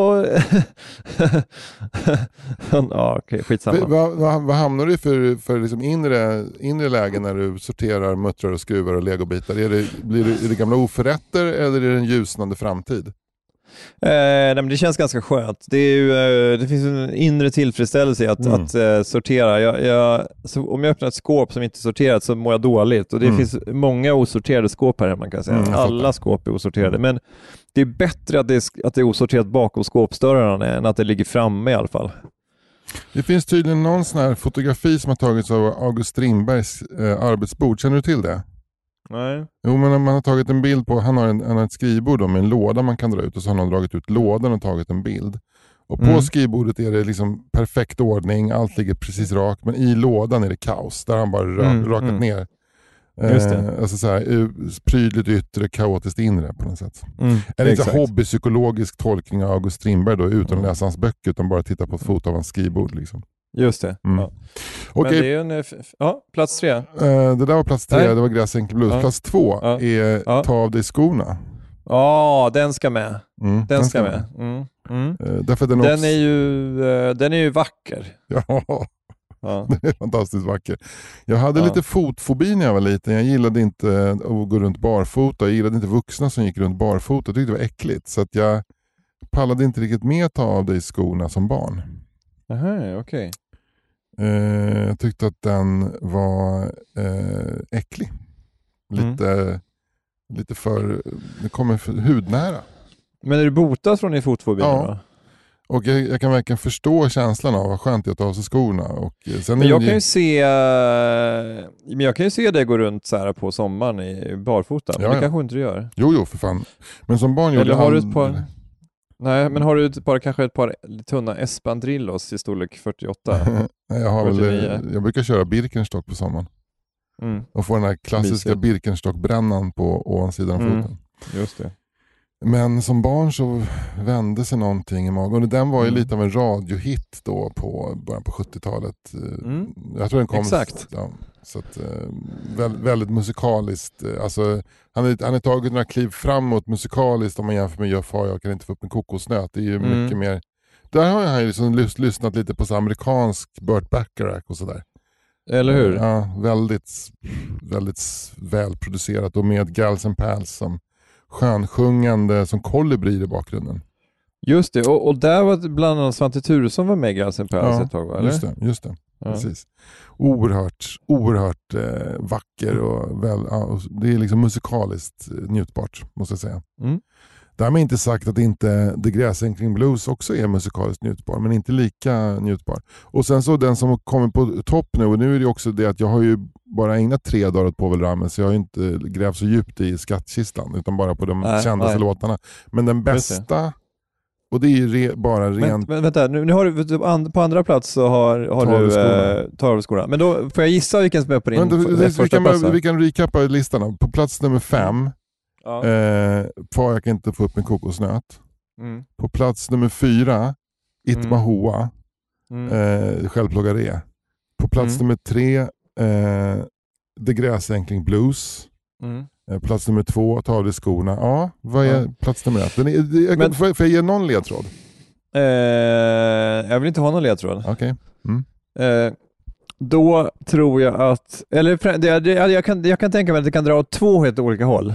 Ja, okej, skitsamma. Vad hamnar du för liksom inre lägen när du sorterar muttrar och skruvar och legobitar? Är det gamla oförrätter eller är det en ljusnande framtid? Nej, men det känns ganska skönt. Det finns en inre tillfredsställelse i att sortera. Så om jag öppnar ett skåp som inte är sorterat så mår jag dåligt. Och det finns många osorterade skåp här, man kan säga. Alla skåp är osorterade. Men det är bättre att det är osorterat bakom skåpsdörrarna än att det ligger framme i alla fall. Det finns tydligen någon sån här fotografi som har tagits av August Strindbergs arbetsbord. Känner du till det? Nej. Jo, men man har tagit en bild på, han har ett skrivbord med en låda man kan dra ut och så har han dragit ut lådan och tagit en bild. Och på skrivbordet är det liksom perfekt ordning, allt ligger precis rakt, men i lådan är det kaos. Där han bara rakat ner. Just det. Alltså så här, prydligt yttre, kaotiskt inre på något sätt. En lite hobbypsykologisk tolkning av August Strindberg då, utan att läsa hans böcker, utan bara titta på ett foto av hans skrivbord liksom. Just det. Ja. Okej. Men det är plats 3. Det där var plats 3, det var Gräsänkel Blues. Plats 2 är Ta av dig skorna. Ja, den ska med. Den ska med. Därför den är ju vacker. Ja, den är fantastiskt vacker. Jag hade lite fotfobi när jag var liten. Jag gillade inte att gå runt barfota. Jag gillade inte vuxna som gick runt barfota. Jag tyckte det var äckligt. Så att jag pallade inte riktigt med att ta av dig skorna som barn. Aha, okej. Jag tyckte att den var äcklig. Lite för, det kommer för hudnära. Men är du botad från din fotfobi? Ja. Och jag kan verkligen förstå känslan av vad skönt det är att ta av sig skorna. Och sen men jag kan ju se dig gå runt så här på sommaren i barfota. Men det kanske inte du gör. Jo, för fan. Men som barn gjorde har du ett par... Nej, men har du kanske ett par tunna Espandrillos i storlek 48? Nej, jag brukar köra Birkenstock på sommaren. Och få den här klassiska Birkenstock-brännan på ovansidan av foten. Just det. Men som barn så vände sig någonting i magen. Och den var ju lite av en radiohit då på början på 70-talet. Jag tror den kom... Exakt. Ja, så att, väldigt musikaliskt. Alltså, han har tagit några kliv framåt musikaliskt om man jämför med jag kan inte få upp en kokosnöt. Det är ju mycket mer... Där har han ju liksom lyssnat lite på så amerikansk Burt Bacharach och sådär. Eller hur? Ja, väldigt, väldigt välproducerat och med Gals and Pals som skönsjungande som kolibri i bakgrunden. Just det, och där var bland annat Svante Thuresson var med i Gränsen på ett tag, va? Eller? Just det. Ja. Precis. Oerhört vacker och och det är liksom musikaliskt njutbart, måste jag säga. Därmed inte sagt att inte The Gräsänkling Blues också är musikaliskt njutbar, men inte lika njutbar. Och sen så den som kommer på topp nu, och nu är det också det att jag har ju bara ägnat 3 dagar åt Povel Ramel, så jag har ju inte grävt så djupt i skattkistan, utan bara på de kändaste låtarna. Men den bästa, och det är ju bara rent... Men vänta, nu har du på andra plats så har du Tarveskorna. Men då får jag gissa vilken som är på din första plats. Vi kan recappa listan. På plats nummer 5 Far jag kan inte få upp en kokosnöt. På plats nummer 4 Itma Hoa, Självplågare. På plats nummer 3 The Gräsänkling Blues. Plats nummer 2 Ta av dig skorna. Ja, vad är plats nummer 1? Får jag ge någon ledtråd? Jag vill inte ha någon ledtråd. Okej. Då tror jag att, eller jag kan tänka mig att det kan dra åt 2 helt olika håll.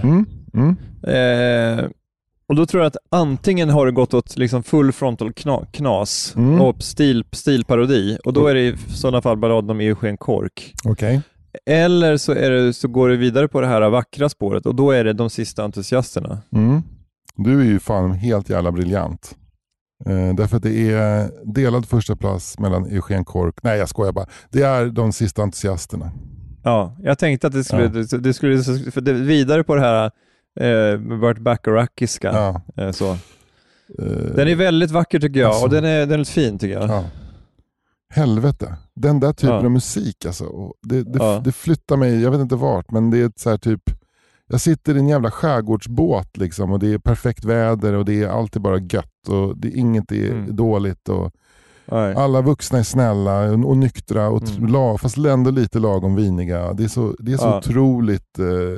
Och då tror jag att antingen har det gått åt liksom full frontal knas och stilparodi, och då är det i sådana fall balladen om Eugen Kork. Okej. Eller så går det vidare på det här vackra spåret, och då är det De sista entusiasterna. Du är ju fan helt jävla briljant. Därför att det är delad första plats mellan Eugen Kork. Nej, jag skojar bara. Det är De sista entusiasterna. Ja, jag tänkte att det skulle för det, vidare på det här Burt Bacharach-iska. Så. Den är väldigt vacker tycker jag, alltså, och den är fin tycker jag. Ja. Helvete. Den där typen av musik alltså. Det flyttar mig, jag vet inte vart, men det är ett så här typ, jag sitter i en jävla skärgårdsbåt liksom, och det är perfekt väder och det är alltid bara gött och det är inget är dåligt och alla vuxna är snälla och nyktra och fast ändå lite lagom viniga. Det är så otroligt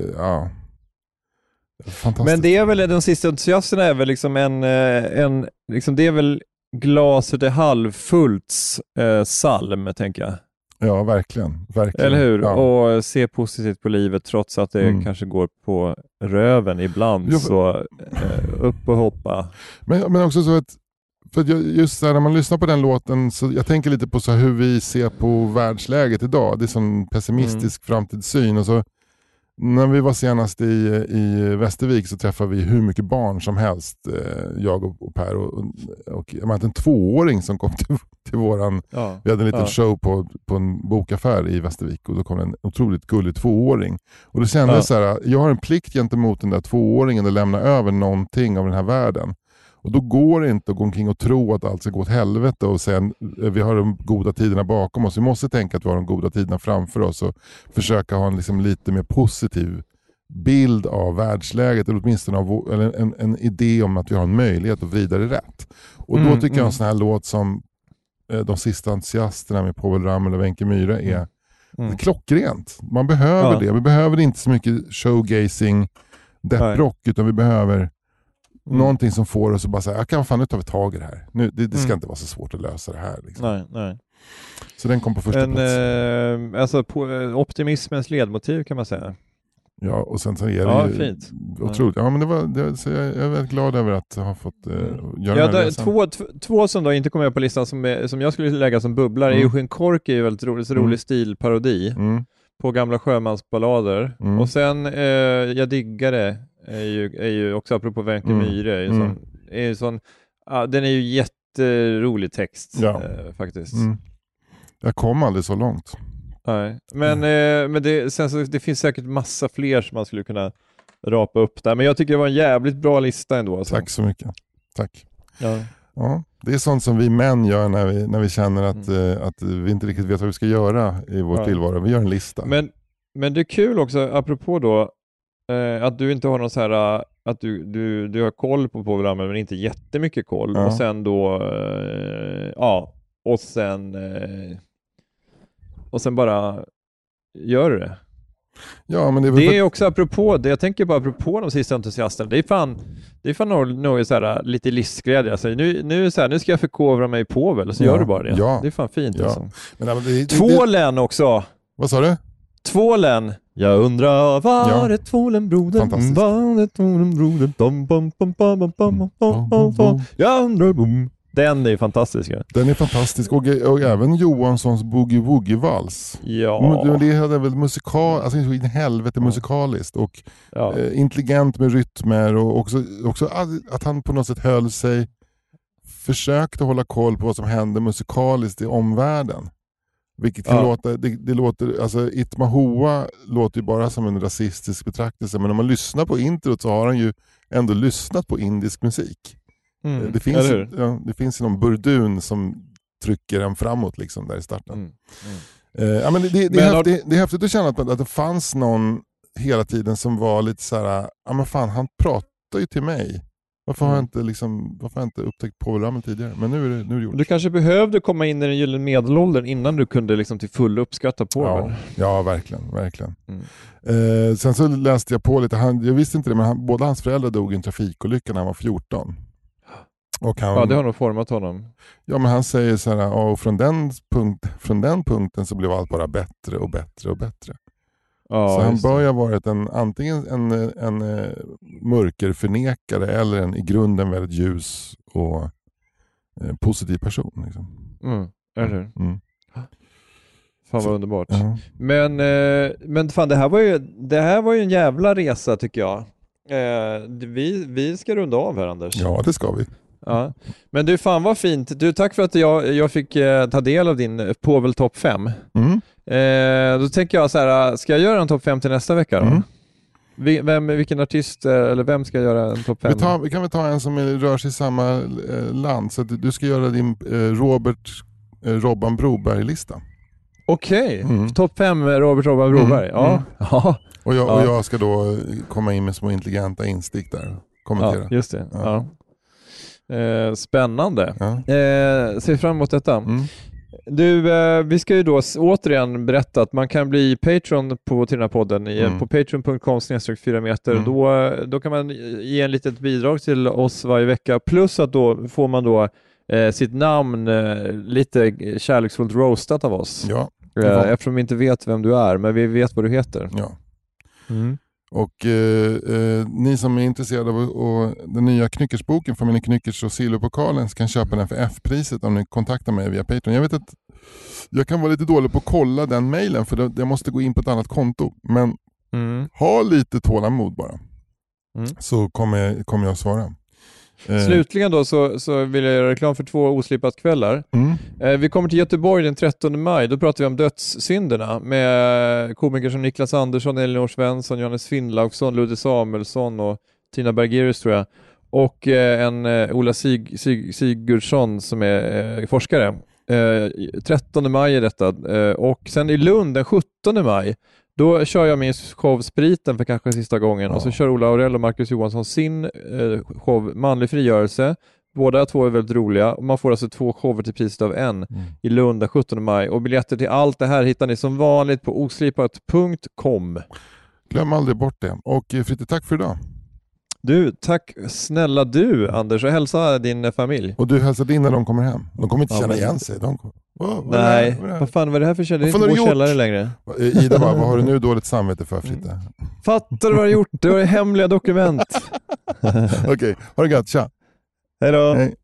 fantastiskt. Men det är väl De sista entusiasterna är väl liksom en liksom, det är väl glaset är halvfullts salm, tänker jag. Ja, verkligen. Eller hur? Ja. Och se positivt på livet trots att det kanske går på röven ibland. Så upp och hoppa. Men också så att, för just så här, när man lyssnar på den låten, så jag tänker lite på så här, hur vi ser på världsläget idag. Det är sån pessimistisk framtidssyn. Och så när vi var senast i Västervik så träffade vi hur mycket barn som helst, jag och Per och jag menar, en 2-åring som kom till våran, vi hade en liten show på en bokaffär i Västervik, och då kom en otroligt gullig 2-åring, och då kände jag så här, jag har en plikt gentemot den där 2-åringen att lämna över någonting av den här världen. Och då går det inte att gå omkring och tro att allt ska gå åt helvete och sen vi har de goda tiderna bakom oss. Vi måste tänka att vi har de goda tiderna framför oss och försöka ha en liksom lite mer positiv bild av världsläget, eller åtminstone en idé om att vi har en möjlighet att vrida det rätt. Och då tycker jag en sån här låt som De sista entusiasterna med Povel Ramel och Wenche Myhre är klockrent. Man behöver det. Vi behöver inte så mycket showgazing, depprock, utan vi behöver någonting som får oss att bara säga, nu tar vi tag i det här. Det ska inte vara så svårt att lösa det här. Liksom. Nej. Så den kom på första plats. Alltså optimismens ledmotiv kan man säga. Ja, och sen så är det ju fint. Otroligt. Ja, men så jag är väldigt glad över att ha fått göra den här resan. Två som då inte kommer på listan som jag skulle lägga som bubblar. Eugen Kork är ju väldigt rolig stilparodi på gamla sjömansballader. Och sen Jag diggar det är ju också apropå Wenche Myhre den är ju jätterolig text faktiskt. Jag kom aldrig så långt. Nej, men det finns säkert massa fler som man skulle kunna rapa upp där, men jag tycker det var en jävligt bra lista ändå alltså. Tack så mycket. Tack. Ja, det är sånt som vi män gör när vi känner att vi inte riktigt vet vad vi ska göra i vår tillvaro. Vi gör en lista. Men det är kul också, apropå då att du inte har någon så här, att du har koll på programmen men inte jättemycket koll, och sen då och sen bara gör du det. Ja, men det är också apropå det, jag tänker bara apropå De sista entusiasterna, det är fan något så här lite livsglädje. Alltså, nu ska jag förkovra mig på väl, och så gör du bara det. Ja. Det är fan fint alltså. Men, 2 län också. Vad sa du? Tvålen. Jag undrar, var är tvålen broder? Fantastiskt. Var är tvålen broder? Jag undrar, boom. Den är ju fantastisk. Ja. Den är fantastisk. Och även Johanssons Boogie Woogie-vals. Ja. Det hade väl alltså i helvete musikaliskt. Och intelligent med rytmer. Och också att han på något sätt höll sig, försökte hålla koll på vad som hände musikaliskt i omvärlden. Vilket kan låta, det låter, alltså Itma Hoa låter ju bara som en rasistisk betraktelse, men om man lyssnar på introt så har han ju ändå lyssnat på indisk musik. Det finns ju någon burdun som trycker en framåt liksom där i starten. Ja, men det är häftigt att känna att det fanns någon hela tiden som var lite så här, ja men fan, han pratar ju till mig. Varför har jag inte upptäckt Povel Ramel tidigare? Men nu är det gjort. Du kanske behövde komma in i den gyllene medelåldern innan du kunde liksom till full uppskatta Povel. Ja, verkligen. Sen så läste jag på lite, jag visste inte det, men båda hans föräldrar dog i en trafikolycka när han var 14. Och det har nog format honom. Ja, men han säger så här, och från den punkten så blev allt bara bättre och bättre och bättre. Så han bör ju ha varit antingen en mörkerförnekare eller en i grunden väldigt ljus och positiv person. Liksom. Eller? Fan vad underbart. Men fan, det här var ju en jävla resa tycker jag. Vi ska runda av här, Anders. Ja, det ska vi. Ja. Men du, fan vad fint. Du, tack för att jag fick ta del av din Povel topp 5. Då tänker jag så här, ska jag göra en topp 5 till nästa vecka då? Vilken artist, eller vem ska göra en topp 5? Vi kan väl ta en som rör sig i samma land. Så du ska göra din Robban Broberg-lista. Okej, topp 5 Robban Broberg. Ja. Och jag ska då komma in med små intelligenta instick där. Kommentera. Ja, just det. Ja. Spännande. Ser fram emot detta. Du, vi ska ju då återigen berätta att man kan bli Patreon till den här podden på patreon.com/4 meter. Då kan man ge en litet bidrag till oss varje vecka, plus att då får man då sitt namn lite kärleksfullt roastat av oss. Ja. Eftersom vi inte vet vem du är, men vi vet vad du heter. Ja. Och ni som är intresserade av den nya Knyckersboken, Familjen Knyckers och Silverpokalen, kan köpa den för F-priset om ni kontaktar mig via Patreon. Jag vet att jag kan vara lite dålig på att kolla den mejlen, för jag måste gå in på ett annat konto. Men ha lite tålamod bara. Så kommer jag att svara. Slutligen då så vill jag göra reklam för 2 oslipat kvällar. Vi kommer till Göteborg den 13 maj. Då pratar vi om dödssynderna med komiker som Niklas Andersson, Elinor Svensson, Johannes Finnlaugsson, Ludde Samuelsson och Tina Bergerius tror jag. Och en Ola Sigurdsson som är forskare. 13 maj är detta. Och sen i Lund den 17 maj. Då kör jag min show Spriten för kanske sista gången. Och så kör Ola Aurell och Marcus Johansson sin show Manlig frigörelse. Båda 2 är väldigt roliga. Och man får alltså 2 shower till priset av en i Lund den 17 maj. Och biljetter till allt det här hittar ni som vanligt på oslipat.com. Glöm aldrig bort det. Och Fritte, tack för idag. Du, tack snälla du Anders, och hälsa din familj. Och du hälsar din när de kommer hem. De kommer inte känna igen sig. Nej, vad fan var det här för källare? Det är inte vår källare längre. Ida bara, vad har du nu dåligt samvete för, Fritte? Fattar du vad du har gjort? Det var hemliga dokument. Okej, ha det gott, tja. Hej då. Hej.